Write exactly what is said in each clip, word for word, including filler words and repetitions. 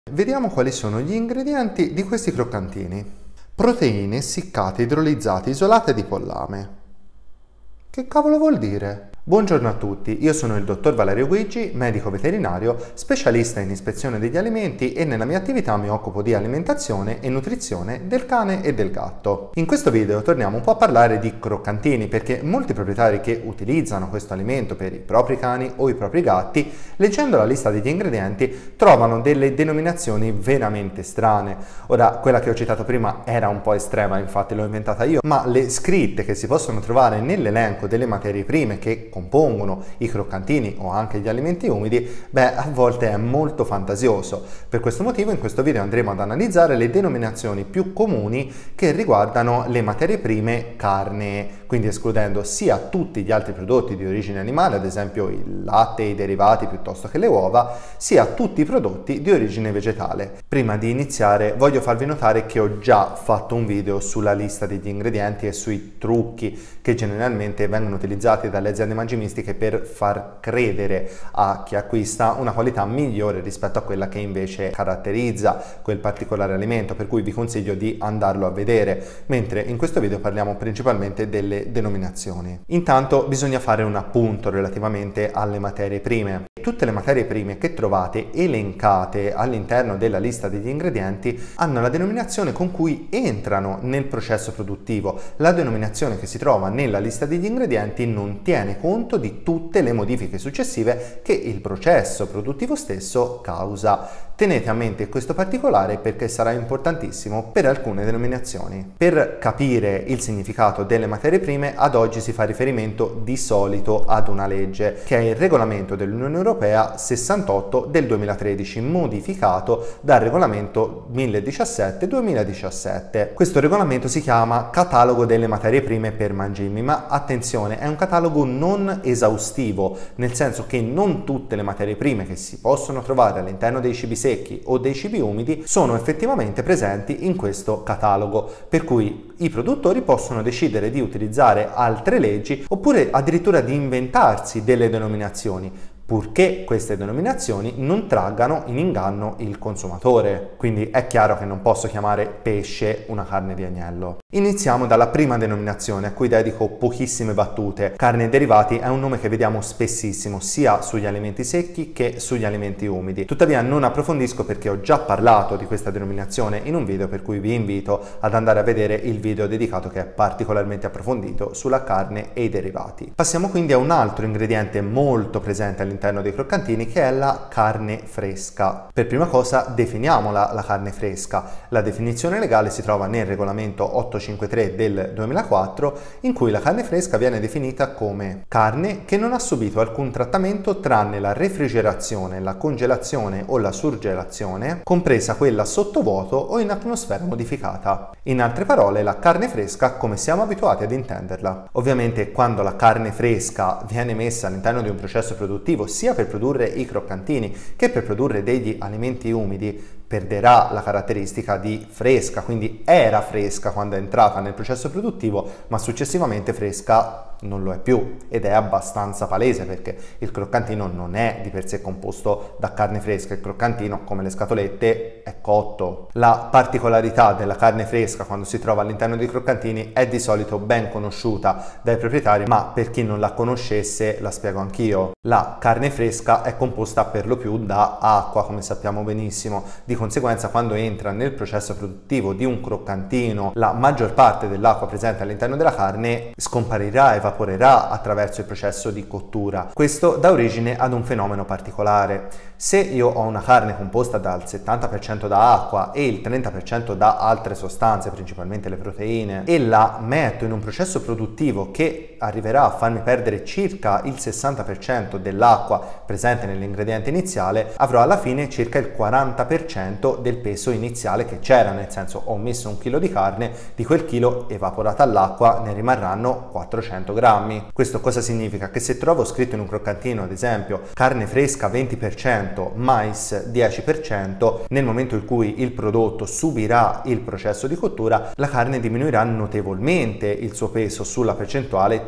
Vediamo quali sono gli ingredienti di questi croccantini. Proteine essiccate, idrolizzate, isolate di pollame. Che cavolo vuol dire? Buongiorno a tutti, io sono il dottor Valerio Guigi, medico veterinario, specialista in ispezione degli alimenti e nella mia attività mi occupo di alimentazione e nutrizione del cane e del gatto. In questo video torniamo un po' a parlare di croccantini perché molti proprietari che utilizzano questo alimento per i propri cani o i propri gatti, leggendo la lista degli ingredienti, trovano delle denominazioni veramente strane. Ora, quella che ho citato prima era un po' estrema, infatti l'ho inventata io, ma le scritte che si possono trovare nell'elenco delle materie prime che compongono i croccantini o anche gli alimenti umidi, beh, a volte è molto fantasioso. Per questo motivo in questo video andremo ad analizzare le denominazioni più comuni che riguardano le materie prime carne, quindi escludendo sia tutti gli altri prodotti di origine animale, ad esempio il latte e i derivati piuttosto che le uova, sia tutti i prodotti di origine vegetale. Prima di iniziare voglio farvi notare che ho già fatto un video sulla lista degli ingredienti e sui trucchi che generalmente vengono utilizzati dalle aziende mangimistiche per far credere a chi acquista una qualità migliore rispetto a quella che invece caratterizza quel particolare alimento, per cui vi consiglio di andarlo a vedere, mentre in questo video parliamo principalmente delle denominazioni. Intanto bisogna fare un appunto relativamente alle materie prime. Tutte le materie prime che trovate elencate all'interno della lista degli ingredienti hanno la denominazione con cui entrano nel processo produttivo. La denominazione che si trova nella lista degli ingredienti non tiene conto di tutte le modifiche successive che il processo produttivo stesso causa. Tenete a mente questo particolare perché sarà importantissimo per alcune denominazioni. Per capire il significato delle materie prime, ad oggi si fa riferimento di solito ad una legge, che è il regolamento dell'Unione Europea sessantotto del duemilatredici, modificato dal regolamento millediciassette duemiladiciassette. Questo regolamento si chiama Catalogo delle materie prime per mangimi, ma attenzione, è un catalogo non esaustivo, nel senso che non tutte le materie prime che si possono trovare all'interno dei cibi secchi o dei cibi umidi sono effettivamente presenti in questo catalogo, per cui i produttori possono decidere di utilizzare altre leggi oppure addirittura di inventarsi delle denominazioni, purché queste denominazioni non traggano in inganno il consumatore. Quindi è chiaro che non posso chiamare pesce una carne di agnello. Iniziamo dalla prima denominazione, a cui dedico pochissime battute. Carne e derivati è un nome che vediamo spessissimo sia sugli alimenti secchi che sugli alimenti umidi. Tuttavia non approfondisco perché ho già parlato di questa denominazione in un video, per cui vi invito ad andare a vedere il video dedicato che è particolarmente approfondito sulla carne e i derivati. Passiamo quindi a un altro ingrediente molto presente all'interno dei croccantini, che è la carne fresca. Per prima cosa definiamola la carne fresca. La definizione legale si trova nel regolamento ottocentocinquantatré del duemilaquattro, in cui la carne fresca viene definita come carne che non ha subito alcun trattamento tranne la refrigerazione, la congelazione o la surgelazione, compresa quella sottovuoto o in atmosfera modificata. In altre parole, la carne fresca come siamo abituati ad intenderla. Ovviamente quando la carne fresca viene messa all'interno di un processo produttivo sia per produrre i croccantini che per produrre degli alimenti umidi, perderà la caratteristica di fresca, quindi era fresca quando è entrata nel processo produttivo, ma successivamente fresca non lo è più, ed è abbastanza palese perché il croccantino non è di per sé composto da carne fresca. Il croccantino, come le scatolette, è cotto. La particolarità della carne fresca quando si trova all'interno dei croccantini è di solito ben conosciuta dai proprietari, ma per chi non la conoscesse la spiego anch'io. La carne fresca è composta per lo più da acqua, come sappiamo benissimo. Di conseguenza, quando entra nel processo produttivo di un croccantino, la maggior parte dell'acqua presente all'interno della carne scomparirà, evaporerà attraverso il processo di cottura. Questo dà origine ad un fenomeno particolare. Se io ho una carne composta dal settanta per cento da acqua e il trenta per cento da altre sostanze, principalmente le proteine, e la metto in un processo produttivo che arriverà a farmi perdere circa il sessanta per cento dell'acqua presente nell'ingrediente iniziale, avrò alla fine circa il quaranta per cento del peso iniziale che c'era, nel senso ho messo un chilo di carne, di quel chilo evaporata all'acqua ne rimarranno quattrocento grammi. Questo cosa significa? Che se trovo scritto in un croccantino, ad esempio, carne fresca venti per cento, mais dieci per cento, nel momento in cui il prodotto subirà il processo di cottura, la carne diminuirà notevolmente il suo peso sulla percentuale,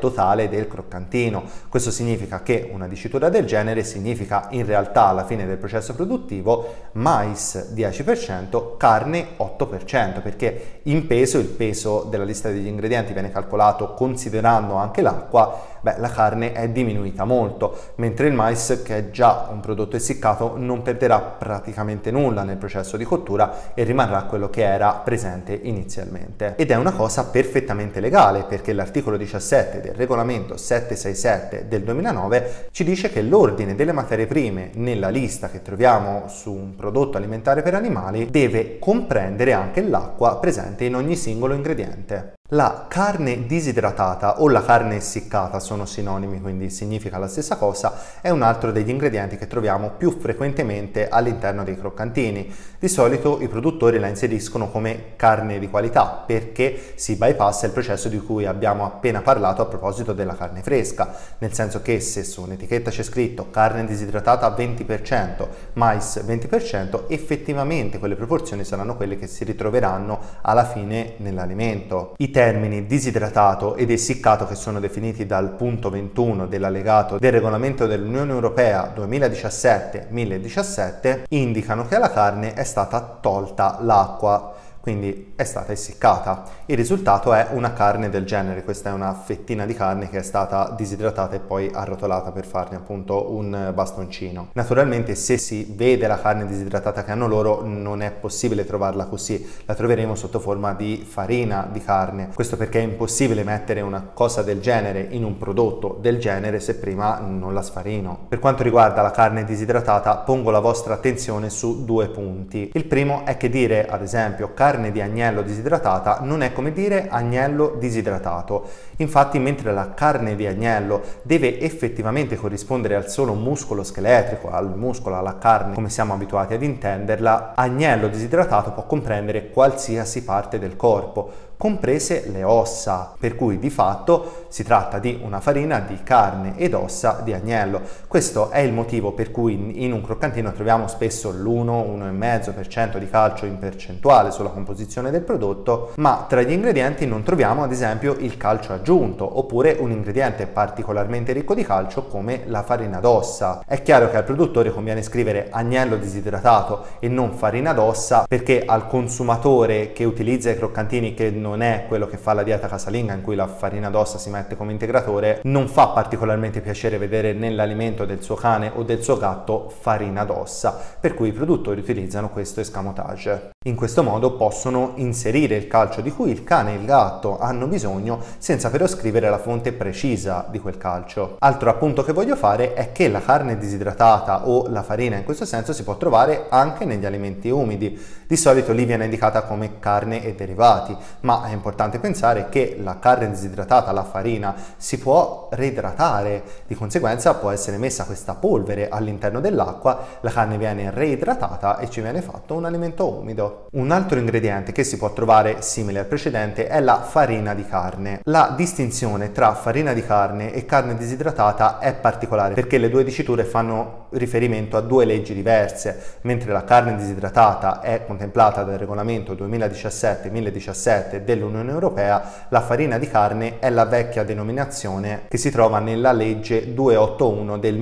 totale del croccantino. Questo significa che una dicitura del genere significa in realtà alla fine del processo produttivo mais dieci per cento, carne otto per cento, perché in peso, il peso della lista degli ingredienti viene calcolato considerando anche l'acqua. Beh, la carne è diminuita molto, mentre il mais, che è già un prodotto essiccato, non perderà praticamente nulla nel processo di cottura e rimarrà quello che era presente inizialmente. Ed è una cosa perfettamente legale, perché l'articolo diciassette del regolamento settecentosessantasette del duemilanove ci dice che l'ordine delle materie prime nella lista che troviamo su un prodotto alimentare per animali deve comprendere anche l'acqua presente in ogni singolo ingrediente. La carne disidratata o la carne essiccata sono sinonimi, quindi significa la stessa cosa, è un altro degli ingredienti che troviamo più frequentemente all'interno dei croccantini. Di solito i produttori la inseriscono come carne di qualità perché si bypassa il processo di cui abbiamo appena parlato a proposito della carne fresca, nel senso che se su un'etichetta c'è scritto carne disidratata venti per cento, mais venti per cento, effettivamente quelle proporzioni saranno quelle che si ritroveranno alla fine nell'alimento. I termini disidratato ed essiccato, che sono definiti dal punto ventuno dell'allegato del regolamento dell'Unione Europea duemiladiciassette mille diciassette, indicano che alla carne è stata tolta l'acqua, quindi è stata essiccata. Il risultato è una carne del genere. Questa è una fettina di carne che è stata disidratata e poi arrotolata per farne appunto un bastoncino. Naturalmente se si vede la carne disidratata che hanno loro non è possibile trovarla così, la troveremo sotto forma di farina di carne. Questo perché è impossibile mettere una cosa del genere in un prodotto del genere se prima non la sfarino. Per quanto riguarda la carne disidratata, pongo la vostra attenzione su due punti. Il primo è che dire ad esempio carne carne di agnello disidratata non è come dire agnello disidratato. Infatti, mentre la carne di agnello deve effettivamente corrispondere al solo muscolo scheletrico, al muscolo, alla carne come siamo abituati ad intenderla, agnello disidratato può comprendere qualsiasi parte del corpo, comprese le ossa, per cui di fatto si tratta di una farina di carne ed ossa di agnello. Questo è il motivo per cui in un croccantino troviamo spesso l'uno, uno virgola cinque per cento di calcio in percentuale sulla composizione del prodotto, ma tra gli ingredienti non troviamo ad esempio il calcio aggiunto, oppure un ingrediente particolarmente ricco di calcio come la farina d'ossa. È chiaro che al produttore conviene scrivere agnello disidratato e non farina d'ossa, perché al consumatore che utilizza i croccantini, che non è quello che fa la dieta casalinga in cui la farina d'ossa si mette come integratore, non fa particolarmente piacere vedere nell'alimento del suo cane o del suo gatto farina d'ossa, per cui i produttori utilizzano questo escamotage. In questo modo possono inserire il calcio di cui il cane e il gatto hanno bisogno senza però scrivere la fonte precisa di quel calcio. Altro appunto che voglio fare è che la carne disidratata o la farina in questo senso si può trovare anche negli alimenti umidi. Di solito lì viene indicata come carne e derivati, ma è importante pensare che la carne disidratata, la farina, si può reidratare, di conseguenza può essere messa questa polvere all'interno dell'acqua, la carne viene reidratata e ci viene fatto un alimento umido. Un altro ingrediente che si può trovare simile al precedente è la farina di carne. La distinzione tra farina di carne e carne disidratata è particolare perché le due diciture fanno riferimento a due leggi diverse. Mentre la carne disidratata è contemplata dal regolamento duemiladiciassette mille diciassette dell'Unione Europea, la farina di carne è la vecchia denominazione che si trova nella legge duecentottantuno del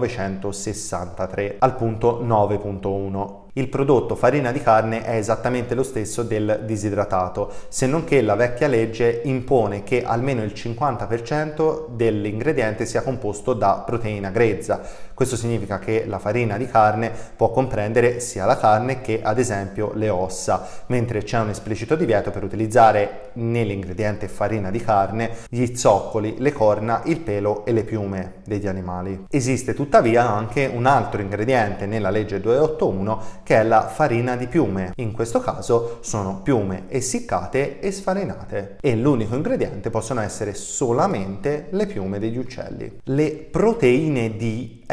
millenovecentosessantatré al punto nove punto uno. Il prodotto farina di carne è esattamente lo stesso del disidratato, se non che la vecchia legge impone che almeno il cinquanta per cento dell'ingrediente sia composto da proteina grezza. Questo significa che la farina di carne può comprendere sia la carne che ad esempio le ossa, mentre c'è un esplicito divieto per utilizzare nell'ingrediente farina di carne gli zoccoli, le corna, il pelo e le piume degli animali. Esiste tuttavia anche un altro ingrediente nella legge duecentottantuno che è la farina di piume. In questo caso sono piume essiccate e sfarinate e l'unico ingrediente possono essere solamente le piume degli uccelli. Le proteine D è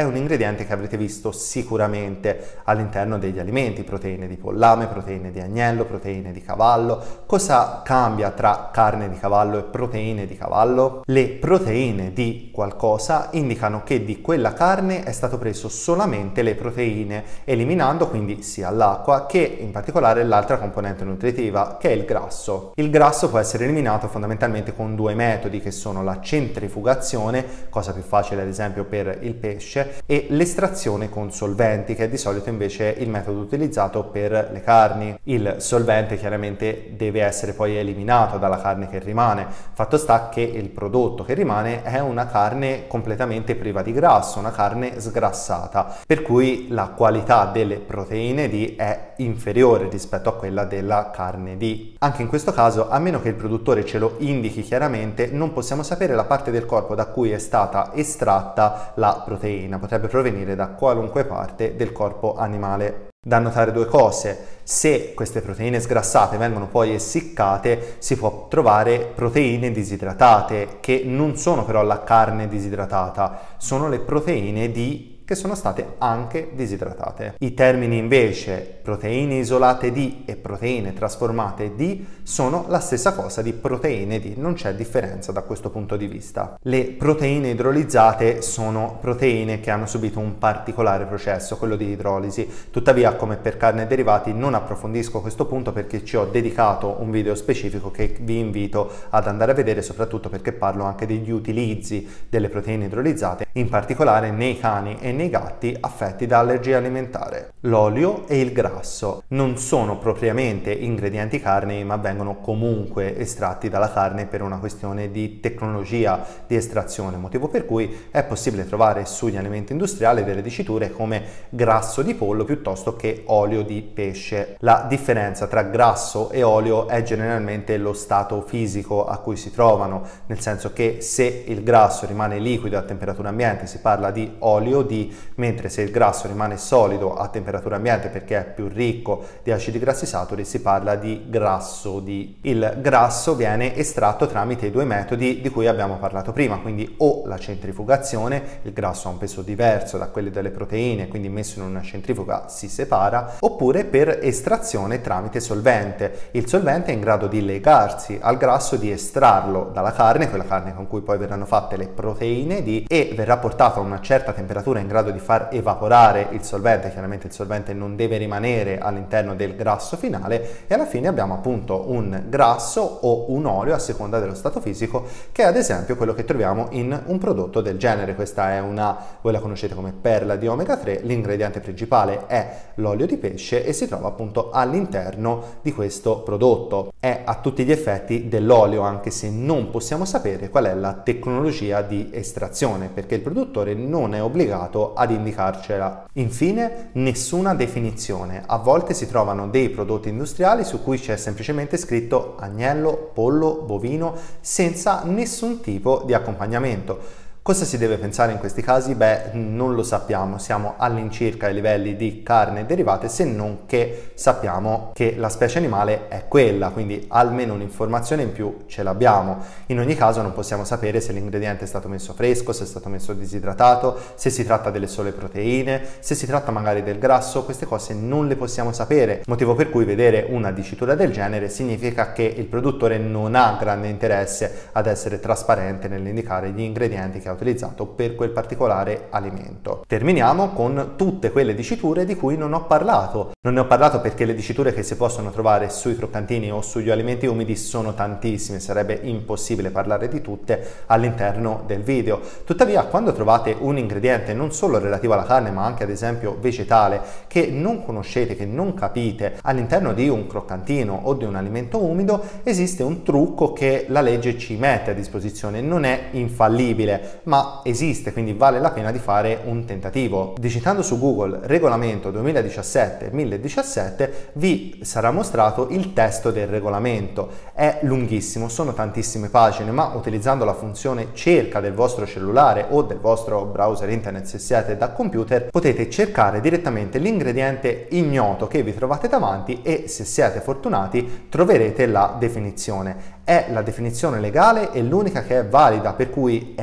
è un ingrediente che avrete visto sicuramente all'interno degli alimenti, proteine di pollame, proteine di agnello, proteine di cavallo. Cosa cambia tra carne di cavallo e proteine di cavallo? Le proteine di qualcosa indicano che di quella carne è stato preso solamente le proteine, eliminando quindi sia l'acqua che in particolare l'altra componente nutritiva, che è il grasso. Il grasso può essere eliminato fondamentalmente con due metodi, che sono la centrifugazione, cosa più facile ad esempio per il pesce, e l'estrazione con solventi, che è di solito invece il metodo utilizzato per le carni. Il solvente chiaramente deve essere poi eliminato dalla carne che rimane. Fatto sta che il prodotto che rimane è una carne completamente priva di grasso, una carne sgrassata, per cui la qualità delle proteine D è inferiore rispetto a quella della carne D. Anche in questo caso, a meno che il produttore ce lo indichi chiaramente, non possiamo sapere la parte del corpo da cui è stata estratta la proteina. Potrebbe provenire da qualunque parte del corpo animale. Da notare due cose: se queste proteine sgrassate vengono poi essiccate, si può trovare proteine disidratate, che non sono però la carne disidratata, sono le proteine di che sono state anche disidratate. I termini invece proteine isolate D e proteine trasformate D sono la stessa cosa di proteine D, non c'è differenza da questo punto di vista. Le proteine idrolizzate sono proteine che hanno subito un particolare processo, quello di idrolisi. Tuttavia, come per carne e derivati, non approfondisco questo punto perché ci ho dedicato un video specifico che vi invito ad andare a vedere, soprattutto perché parlo anche degli utilizzi delle proteine idrolizzate, in particolare nei cani e nei nei gatti affetti da allergia alimentare. L'olio e il grasso non sono propriamente ingredienti carnei, ma vengono comunque estratti dalla carne per una questione di tecnologia di estrazione, motivo per cui è possibile trovare sugli alimenti industriali delle diciture come grasso di pollo piuttosto che olio di pesce. La differenza tra grasso e olio è generalmente lo stato fisico a cui si trovano, nel senso che se il grasso rimane liquido a temperatura ambiente si parla di olio di, mentre se il grasso rimane solido a temperatura ambiente perché è più ricco di acidi grassi saturi si parla di grasso di. Il grasso viene estratto tramite i due metodi di cui abbiamo parlato prima, quindi o la centrifugazione, il grasso ha un peso diverso da quelli delle proteine, quindi messo in una centrifuga si separa, oppure per estrazione tramite solvente. Il solvente è in grado di legarsi al grasso, di estrarlo dalla carne, quella carne con cui poi verranno fatte le proteine D, e verrà portato a una certa temperatura in grado di far evaporare il solvente. Chiaramente il solvente non deve rimanere all'interno del grasso finale e alla fine abbiamo appunto un grasso o un olio a seconda dello stato fisico, che è ad esempio quello che troviamo in un prodotto del genere. Questa è una, voi la conoscete come perla di omega tre, l'ingrediente principale è l'olio di pesce e si trova appunto all'interno di questo prodotto. È a tutti gli effetti dell'olio, anche se non possiamo sapere qual è la tecnologia di estrazione perché il produttore non è obbligato ad indicarcela. Infine, nessuna definizione. A volte si trovano dei prodotti industriali su cui c'è semplicemente scritto agnello, pollo, bovino, senza nessun tipo di accompagnamento. Cosa si deve pensare in questi casi? Beh, non lo sappiamo, siamo all'incirca ai livelli di carne derivate, se non che sappiamo che la specie animale è quella, quindi almeno un'informazione in più ce l'abbiamo. In ogni caso non possiamo sapere se l'ingrediente è stato messo fresco, se è stato messo disidratato, se si tratta delle sole proteine, se si tratta magari del grasso. Queste cose non le possiamo sapere, motivo per cui vedere una dicitura del genere significa che il produttore non ha grande interesse ad essere trasparente nell'indicare gli ingredienti che ha utilizzato per quel particolare alimento. Terminiamo con tutte quelle diciture di cui non ho parlato. Non ne ho parlato perché le diciture che si possono trovare sui croccantini o sugli alimenti umidi sono tantissime, sarebbe impossibile parlare di tutte all'interno del video. Tuttavia, quando trovate un ingrediente non solo relativo alla carne ma anche ad esempio vegetale che non conoscete, che non capite all'interno di un croccantino o di un alimento umido, esiste un trucco che la legge ci mette a disposizione. Non è infallibile, ma esiste, quindi vale la pena di fare un tentativo. Digitando su Google regolamento duemiladiciassette millediciassette vi sarà mostrato il testo del regolamento. È lunghissimo, sono tantissime pagine, ma utilizzando la funzione cerca del vostro cellulare o del vostro browser internet se siete da computer potete cercare direttamente l'ingrediente ignoto che vi trovate davanti e, se siete fortunati, troverete la definizione. È la definizione legale e l'unica che è valida, per cui è meglio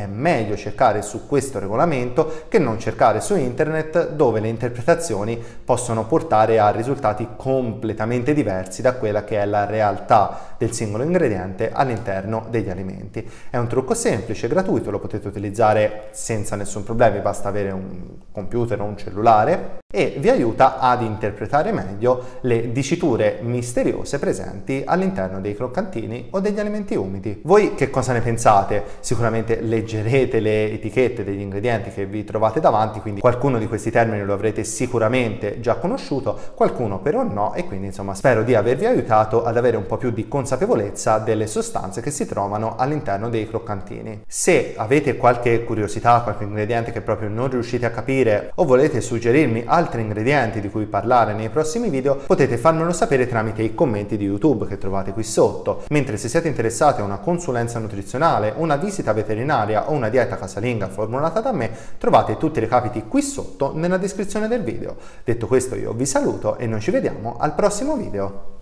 meglio cercare su questo regolamento che non cercare su internet, dove le interpretazioni possono portare a risultati completamente diversi da quella che è la realtà del singolo ingrediente all'interno degli alimenti. È un trucco semplice, gratuito, lo potete utilizzare senza nessun problema, basta avere un computer o un cellulare, e vi aiuta ad interpretare meglio le diciture misteriose presenti all'interno dei croccantini o degli alimenti umidi. Voi che cosa ne pensate? Sicuramente leggerete le etichette degli ingredienti che vi trovate davanti, quindi qualcuno di questi termini lo avrete sicuramente già conosciuto, qualcuno però no, e quindi insomma spero di avervi aiutato ad avere un po' più di consapevolezza delle sostanze che si trovano all'interno dei croccantini. Se avete qualche curiosità, qualche ingrediente che proprio non riuscite a capire o volete suggerirmi altri ingredienti di cui parlare nei prossimi video, potete farmelo sapere tramite i commenti di YouTube che trovate qui sotto. Mentre se siete interessati a una consulenza nutrizionale, una visita veterinaria o una dieta casalinga formulata da me, trovate tutti i recapiti qui sotto nella descrizione del video. Detto questo, io vi saluto e noi ci vediamo al prossimo video.